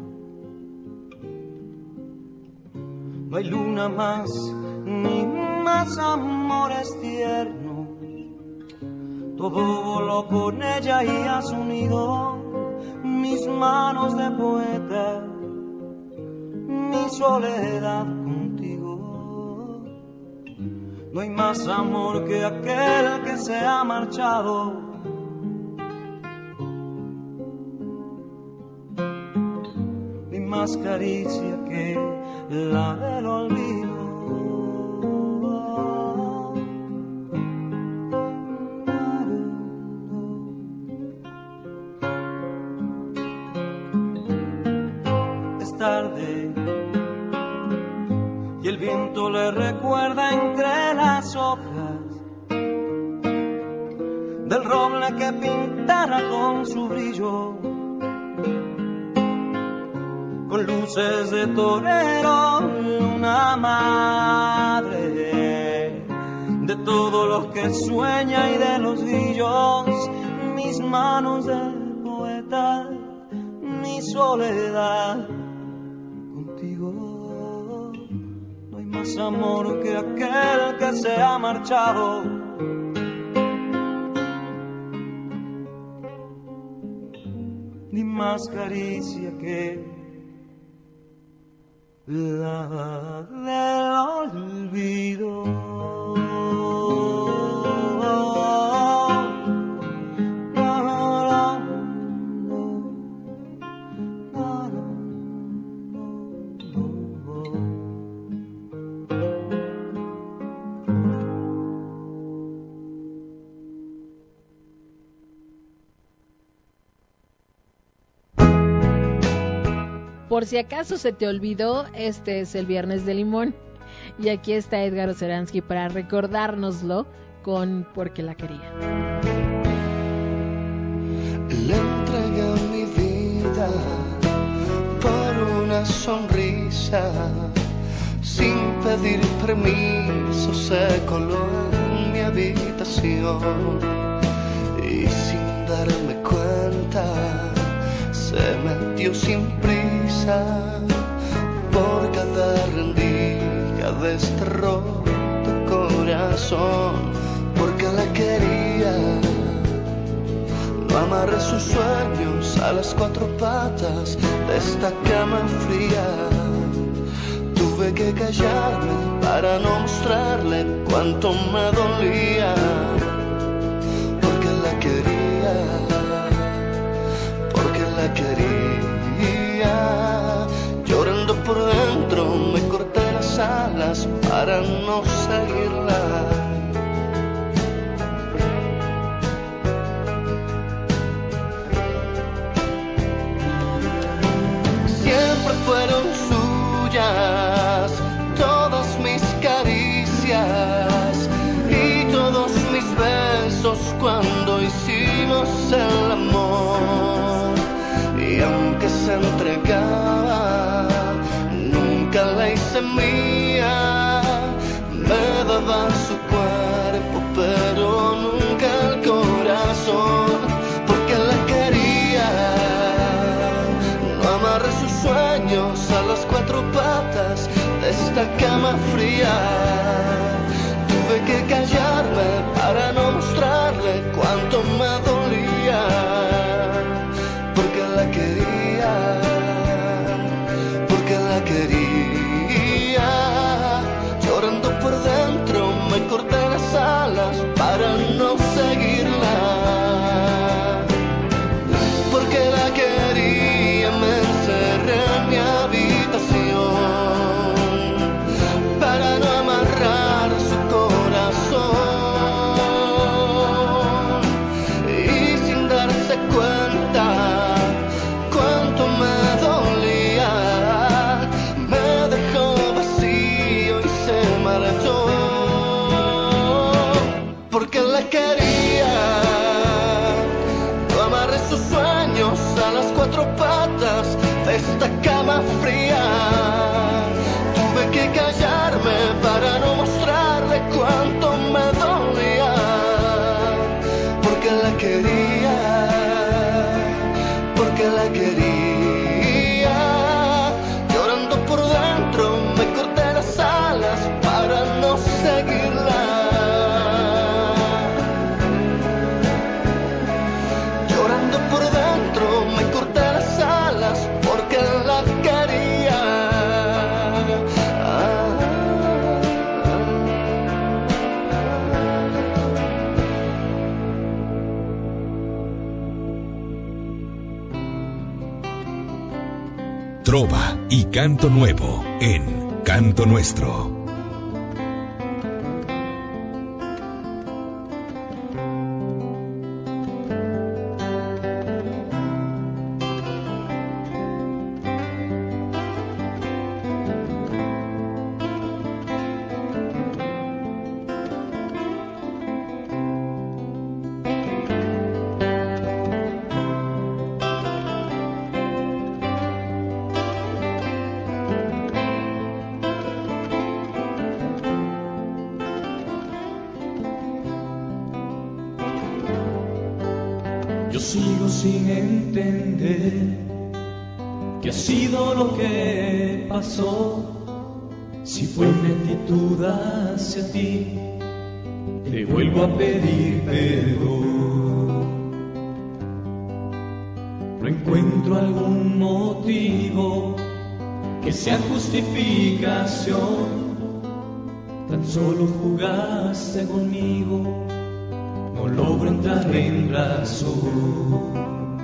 No hay luna más ni más amores tiernos, todo voló con ella y has unido mis manos de poeta, mi soledad contigo. No hay más amor que aquel que se ha marchado, ni más caricia que la del olvido. Es tarde y el viento le recuerda entre las hojas del roble que pintara con su brillo, con luces de torero, una madre de todos los que sueña y de los grillos, mis manos de poeta, mi soledad contigo. No hay más amor que aquel que se ha marchado, ni más caricia que la del olvido. Por si acaso se te olvidó, este es el Viernes de Limón. Y aquí está Edgar Oceransky para recordárnoslo con Porque la quería. Le entregué mi vida por una sonrisa, sin pedir permiso se coló en mi habitación y sin darme cuenta se metió sin prisa por cada rendija de este roto corazón, porque la quería. No amarré sus sueños a las cuatro patas de esta cama fría. Tuve que callarme para no mostrarle cuánto me dolía, porque la quería, porque la quería. Llorando por dentro me corté las alas para no seguirla. Siempre fueron suyas todas mis caricias y todos mis besos cuando hicimos el amor. Y aunque se entregaba, nunca la hice mía. Me daba su cuerpo, pero nunca el corazón, porque la quería. No amarré sus sueños a las cuatro patas de esta cama fría. Tuve que callarme para no mostrarle cuánto me dolía, porque la quería, porque la quería. Llorando por dentro me corté las alas para no seguirla, porque la quería. Me encerré en mi habitación para no amarrar su corazón, y sin darse cuenta cuánto me dolía, me dejó vacío y se marchó, porque la quería. No amarré sus sueños a las cuatro patas de esta cama fría. Tuve que callarme para no mostrarle cuánto me dolía, porque la quería, porque la quería. Llorando por dentro me corté las alas para no seguirla. Llorando por dentro me corté las alas porque la quería. Ah, Trova y canto nuevo en Canto Nuestro. Yo sigo sin entender qué ha sido lo que pasó. Si fue una actitud hacia ti, te vuelvo a pedir perdón. No encuentro algún motivo que sea justificación. Tan solo jugaste conmigo, no logro entrar en razón.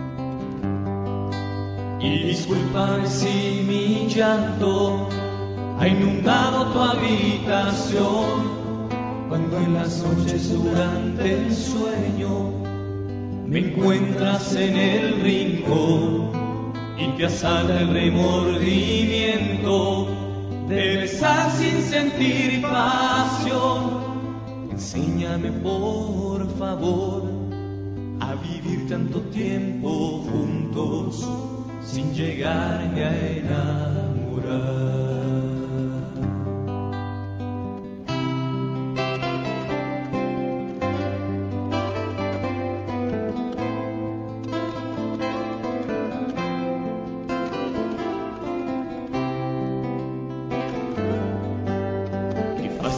Y discúlpame si mi llanto ha inundado tu habitación, cuando en las noches durante el sueño me encuentras en el rincón y te asalta el remordimiento de besar sin sentir pasión. Enséñame por favor a vivir tanto tiempo juntos sin llegarme a enamorar.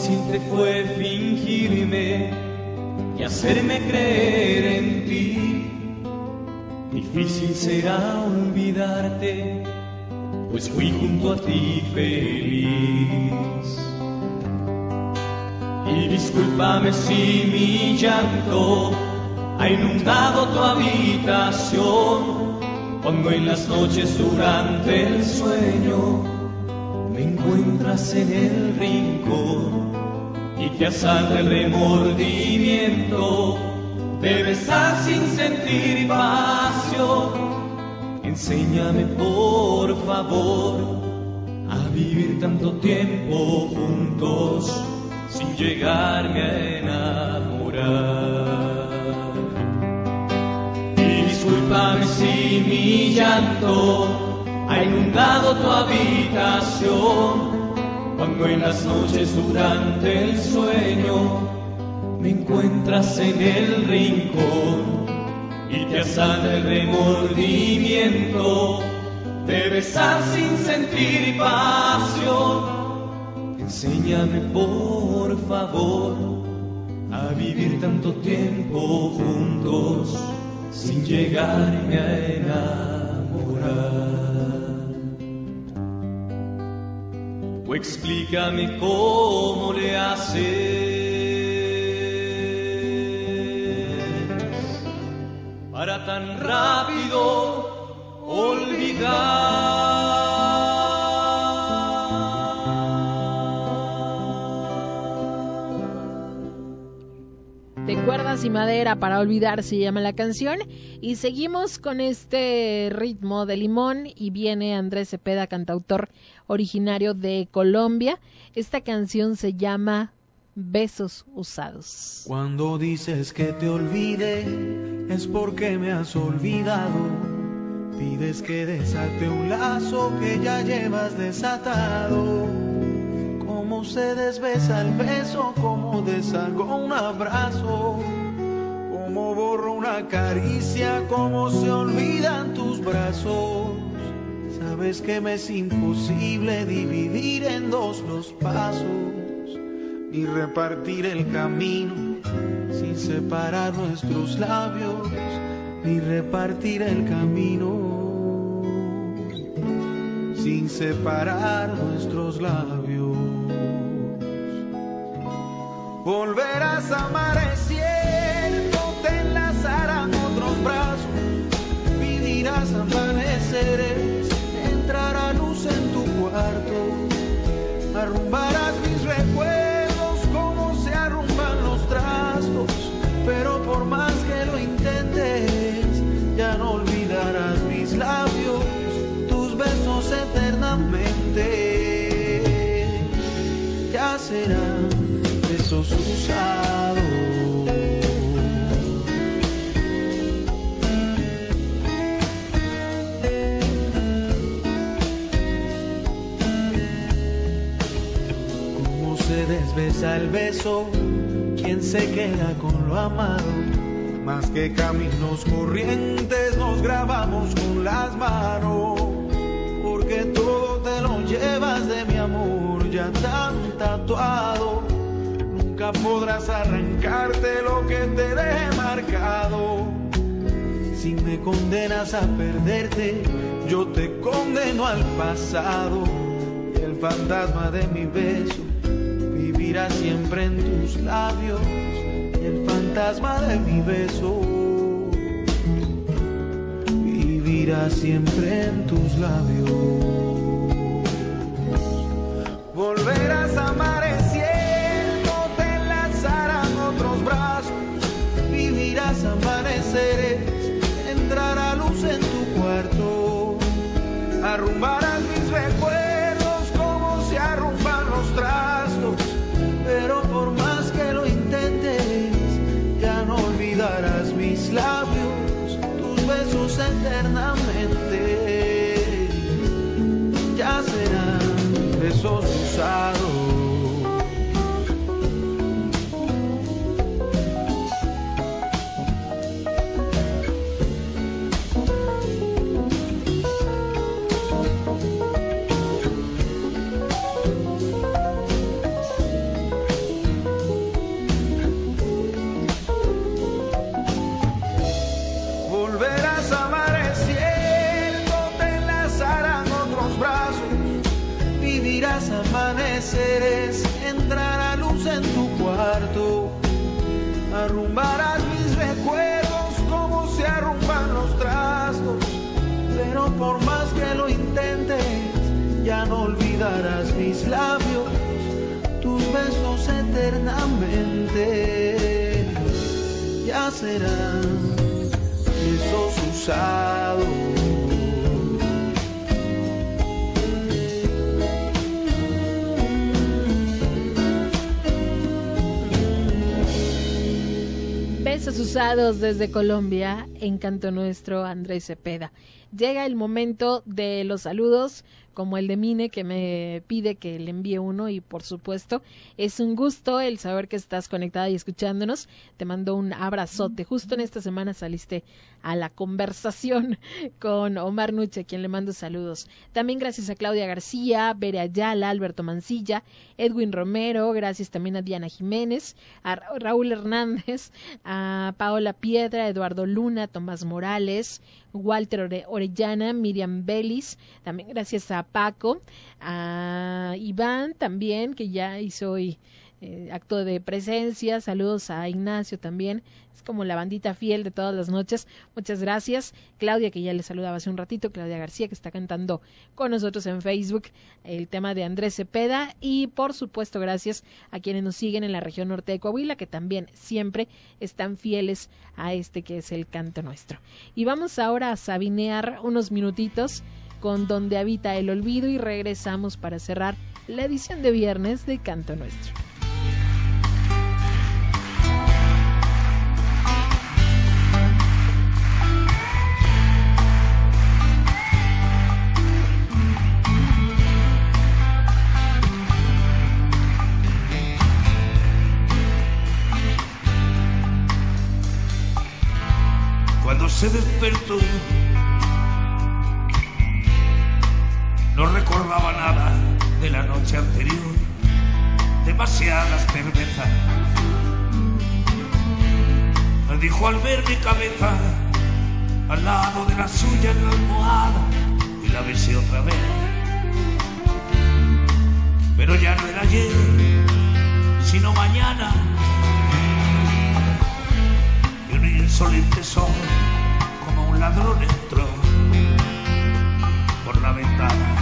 fácil te fue fingirme y hacerme creer en ti. Difícil será olvidarte, pues fui junto a ti feliz. Y discúlpame si mi llanto ha inundado tu habitación, cuando en las noches durante el sueño me encuentras en el rincón y te asalta el remordimiento de besar sin sentir pasión. Enséñame por favor a vivir tanto tiempo juntos sin llegarme a enamorar. Y discúlpame si mi llanto ha inundado tu habitación, cuando en las noches durante el sueño me encuentras en el rincón y te asalta el remordimiento de besar sin sentir pasión. Enséñame por favor a vivir tanto tiempo juntos sin llegarme a enamorar. O explícame cómo le haces para tan rápido olvidar. De cuerdas y madera para olvidar se llama la canción, y seguimos con este ritmo de Limón y viene Andrés Cepeda, cantautor originario de Colombia. Esta canción se llama Besos Usados. Cuando dices que te olvide es porque me has olvidado. Pides que desate un lazo que ya llevas desatado. Cómo se desbesa el beso, cómo deshago un abrazo, cómo borro una caricia, cómo se olvidan tus brazos. Sabes que me es imposible dividir en dos los pasos, ni repartir el camino sin separar nuestros labios, ni repartir el camino sin separar nuestros labios. Volverás amaneciendo, te enlazarán otros brazos, vivirás amaneceres, entrará luz en tu cuarto, arrumbarás mis recuerdos como se arrumban los trastos, pero por más que lo intentes, ya no olvidarás mis labios, tus besos eternamente, ya serán besos usados. Cómo se desbesa el beso, quién se queda con lo amado, más que caminos corrientes nos grabamos con las manos, porque todo te lo llevas de mi amor ya tan tatuado. Nunca podrás arrancarte lo que te deje marcado. Si me condenas a perderte, yo te condeno al pasado. El fantasma de mi beso vivirá siempre en tus labios. El fantasma de mi beso vivirá siempre en tus labios. Volverás a amaneciendo, te enlazarán otros brazos, vivirás amaneceres, entrará luz en tu cuarto, arrumbarás mis recuerdos como se arrumban los trastos, pero por más que lo intentes, ya no olvidarás mis labios, tus besos eternamente, ya serán besos usados. miras amaneceres, entrará luz en tu cuarto. Arrumbarás mis recuerdos como se arrumban los trastos, pero por más que lo intentes, ya no olvidarás mis labios, tus besos eternamente. Ya serán besos usados. Besos usados desde Colombia, en Canto Nuestro, Andrés Cepeda. Llega el momento de los saludos, como el de Mine, que me pide que le envíe uno, y por supuesto, es un gusto el saber que estás conectada y escuchándonos. Te mando un abrazote. Justo en esta semana saliste a la conversación con Omar Nuche, a quien le mando saludos. También gracias a Claudia García, Bere Ayala, Alberto Mancilla, Edwin Romero, gracias también a Diana Jiménez, a Ra- Raúl Hernández, a Paola Piedra, Eduardo Luna, Tomás Morales, Walter Ore- Orellana, Miriam Belis, también gracias a Paco, a Iván también, que ya hizo hoy eh, acto de presencia, saludos a Ignacio también, es como la bandita fiel de todas las noches, muchas gracias. Claudia, que ya le saludaba hace un ratito, Claudia García, que está cantando con nosotros en Facebook el tema de Andrés Cepeda, y por supuesto gracias a quienes nos siguen en la región norte de Coahuila, que también siempre están fieles a este que es el Canto Nuestro. Y vamos ahora a sabinear unos minutitos con Donde Habita el Olvido, y regresamos para cerrar la edición de viernes de Canto Nuestro. Cuando se despertó, no recordaba nada de la noche anterior, demasiadas cervezas. Me dijo al ver mi cabeza al lado de la suya en la almohada, y la besé otra vez. Pero ya no era ayer, sino mañana, y un insolente sol como un ladrón entró por la ventana.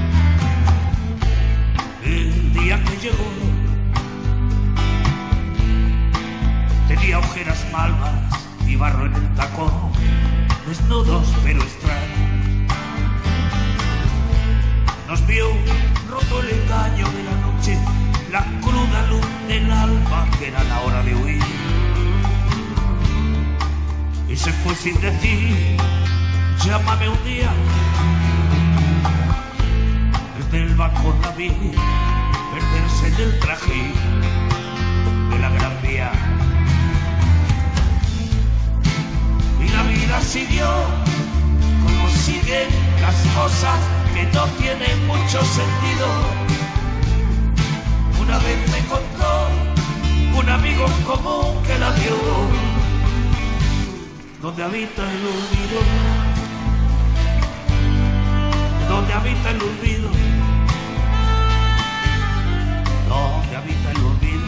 El día que llegó tenía ojeras malvas y barro en el tacón, desnudos pero extraños. Nos vio roto el engaño de la noche, la cruda luz del alba, que era la hora de huir, y se fue sin decir llámame un día. Desde el balcón la vi perderse en el traje de la Gran Vía, y la vida siguió como siguen las cosas que no tienen mucho sentido. Una vez me encontró un amigo en común que la dio. Donde habita el olvido, donde habita el olvido, donde habita el olvido.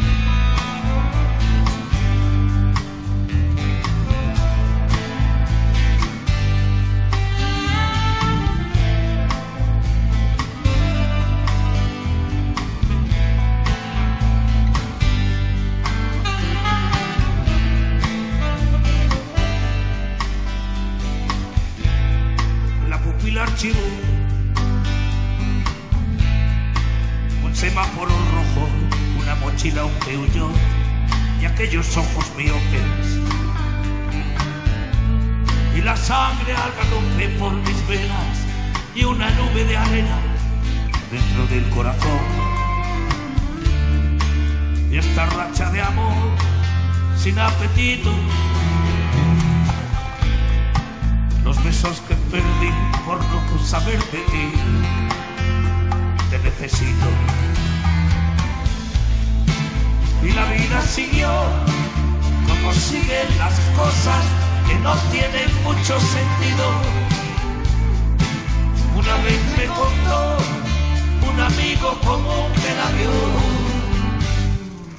Archivo un semáforo rojo, una mochila, un peullo y aquellos ojos miopes, y la sangre al galope por mis venas y una nube de arena dentro del corazón, y esta racha de amor sin apetito, los besos que perdí por no saber de ti. Te necesito. Y la vida siguió como siguen las cosas que no tienen mucho sentido. Una vez me contó un amigo con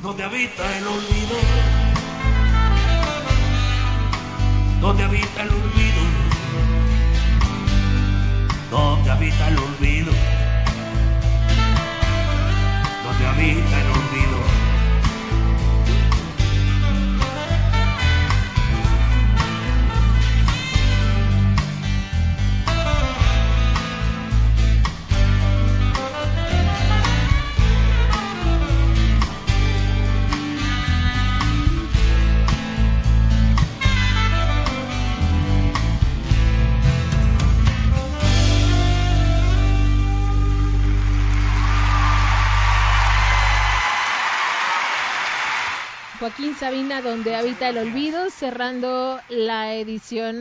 donde habita el olvido, donde habita el olvido, donde habita el olvido, donde habita el olvido. Joaquín Sabina, donde habita el olvido, cerrando la edición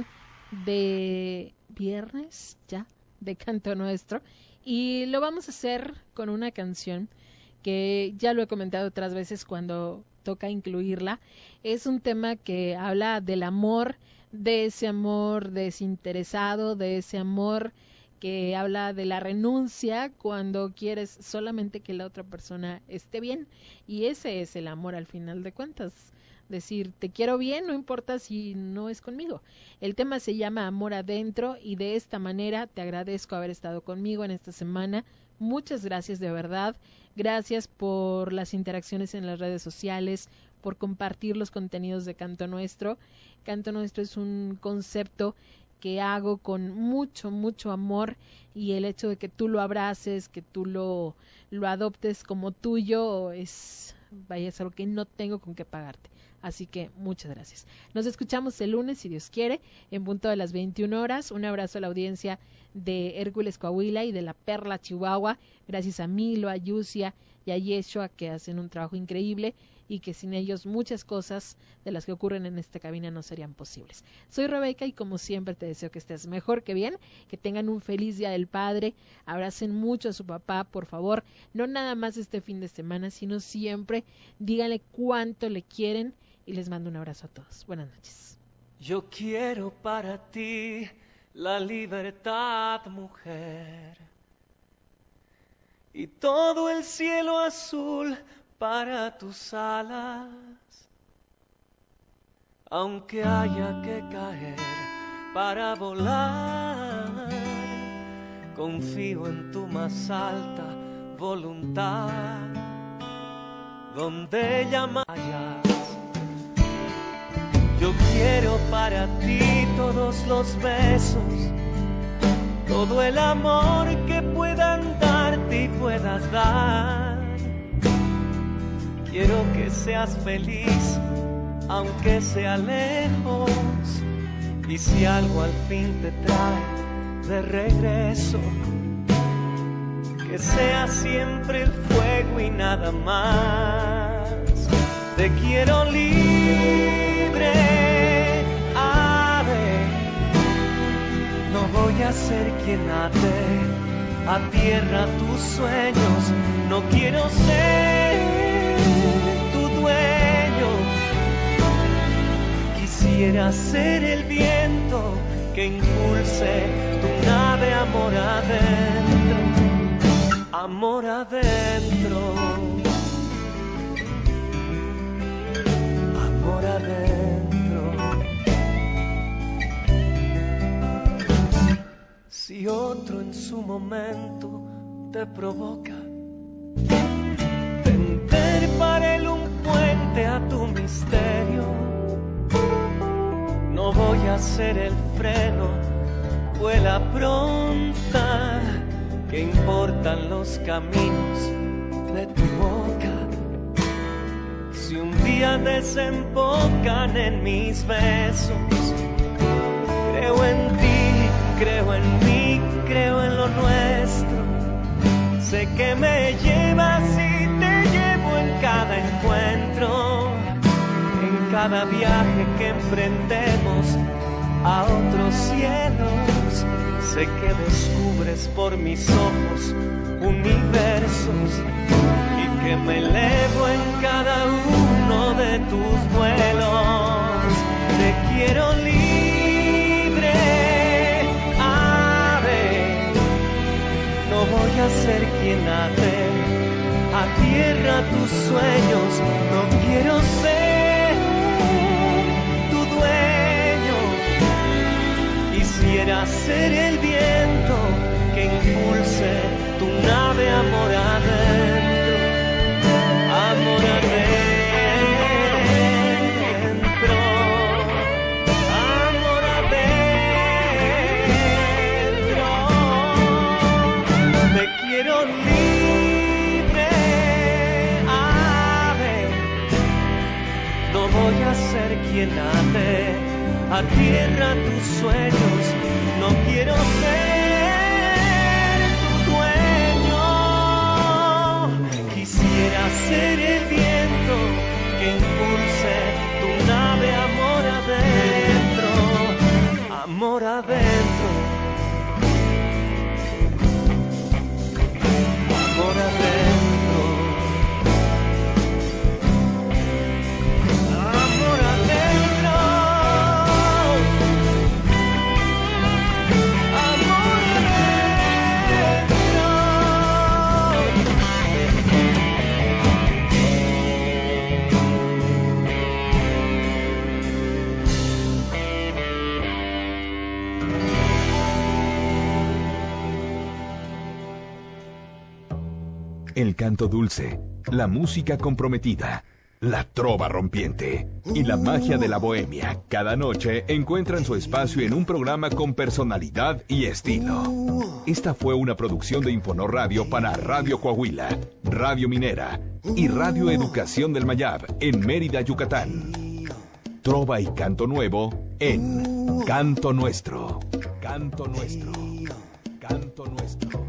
de viernes ya de Canto Nuestro, y lo vamos a hacer con una canción que ya lo he comentado otras veces cuando toca incluirla. Es un tema que habla del amor, de ese amor desinteresado, de ese amor que habla de la renuncia cuando quieres solamente que la otra persona esté bien, y ese es el amor al final de cuentas, decir te quiero bien, no importa si no es conmigo. El tema se llama Amor Adentro, y de esta manera te agradezco haber estado conmigo en esta semana. Muchas gracias, de verdad, gracias por las interacciones en las redes sociales, por compartir los contenidos de Canto Nuestro. Canto Nuestro es un concepto que hago con mucho, mucho amor, y el hecho de que tú lo abraces, que tú lo, lo adoptes como tuyo, es, vaya, es algo que no tengo con qué pagarte. Así que muchas gracias. Nos escuchamos el lunes, si Dios quiere, en punto de las veintiuna horas. Un abrazo a la audiencia de Hércules Coahuila y de La Perla Chihuahua. Gracias a Milo, a Yusia y a Yeshua, que hacen un trabajo increíble, y que sin ellos muchas cosas de las que ocurren en esta cabina no serían posibles. Soy Rebeca, y como siempre te deseo que estés mejor que bien, que tengan un feliz Día del Padre, abracen mucho a su papá, por favor, no nada más este fin de semana, sino siempre, díganle cuánto le quieren, y les mando un abrazo a todos. Buenas noches. Yo quiero para ti la libertad, mujer, y todo el cielo azul para tus alas, aunque haya que caer para volar, confío en tu más alta voluntad, donde ella vayas. Yo quiero para ti todos los besos, todo el amor que puedan darte y puedas dar. Quiero que seas feliz, aunque sea lejos, y si algo al fin te trae de regreso, que sea siempre el fuego y nada más. Te quiero libre, ave, no voy a ser quien ate a tierra tus sueños, no quiero ser quisiera ser el viento que impulse tu nave, amor adentro, amor adentro, amor adentro. Si otro en su momento te provoca, tender para él un puente a tu misterio, no voy a ser el freno, vuela pronta, que importan los caminos de tu boca. Si un día desembocan en mis besos, creo en ti, creo en mí, creo en lo nuestro. Sé que me llevas y te llevo en cada encuentro, en cada viaje que emprendemos a otros cielos. Sé que descubres por mis ojos universos y que me elevo en cada uno de tus vuelos. Te quiero libre, ave, no voy a ser quien ate a tierra tus sueños, no quiero ser tu dueño. Quisiera ser el viento que impulse tu nave, amor adentro, amor adentro, amor adentro. Me quiero libre, ave, no voy a ser quien ate a tierra tus sueños, no quiero ser tu dueño. Quisiera ser el viento que impulse tu nave, amor adentro, amor adentro, amor adentro, amor adentro. El canto dulce, la música comprometida, la trova rompiente y la magia de la bohemia. Cada noche encuentran su espacio en un programa con personalidad y estilo. Esta fue una producción de Infonor Radio para Radio Coahuila, Radio Minera y Radio Educación del Mayab en Mérida, Yucatán. Trova y canto nuevo en Canto Nuestro. Canto Nuestro. Canto Nuestro.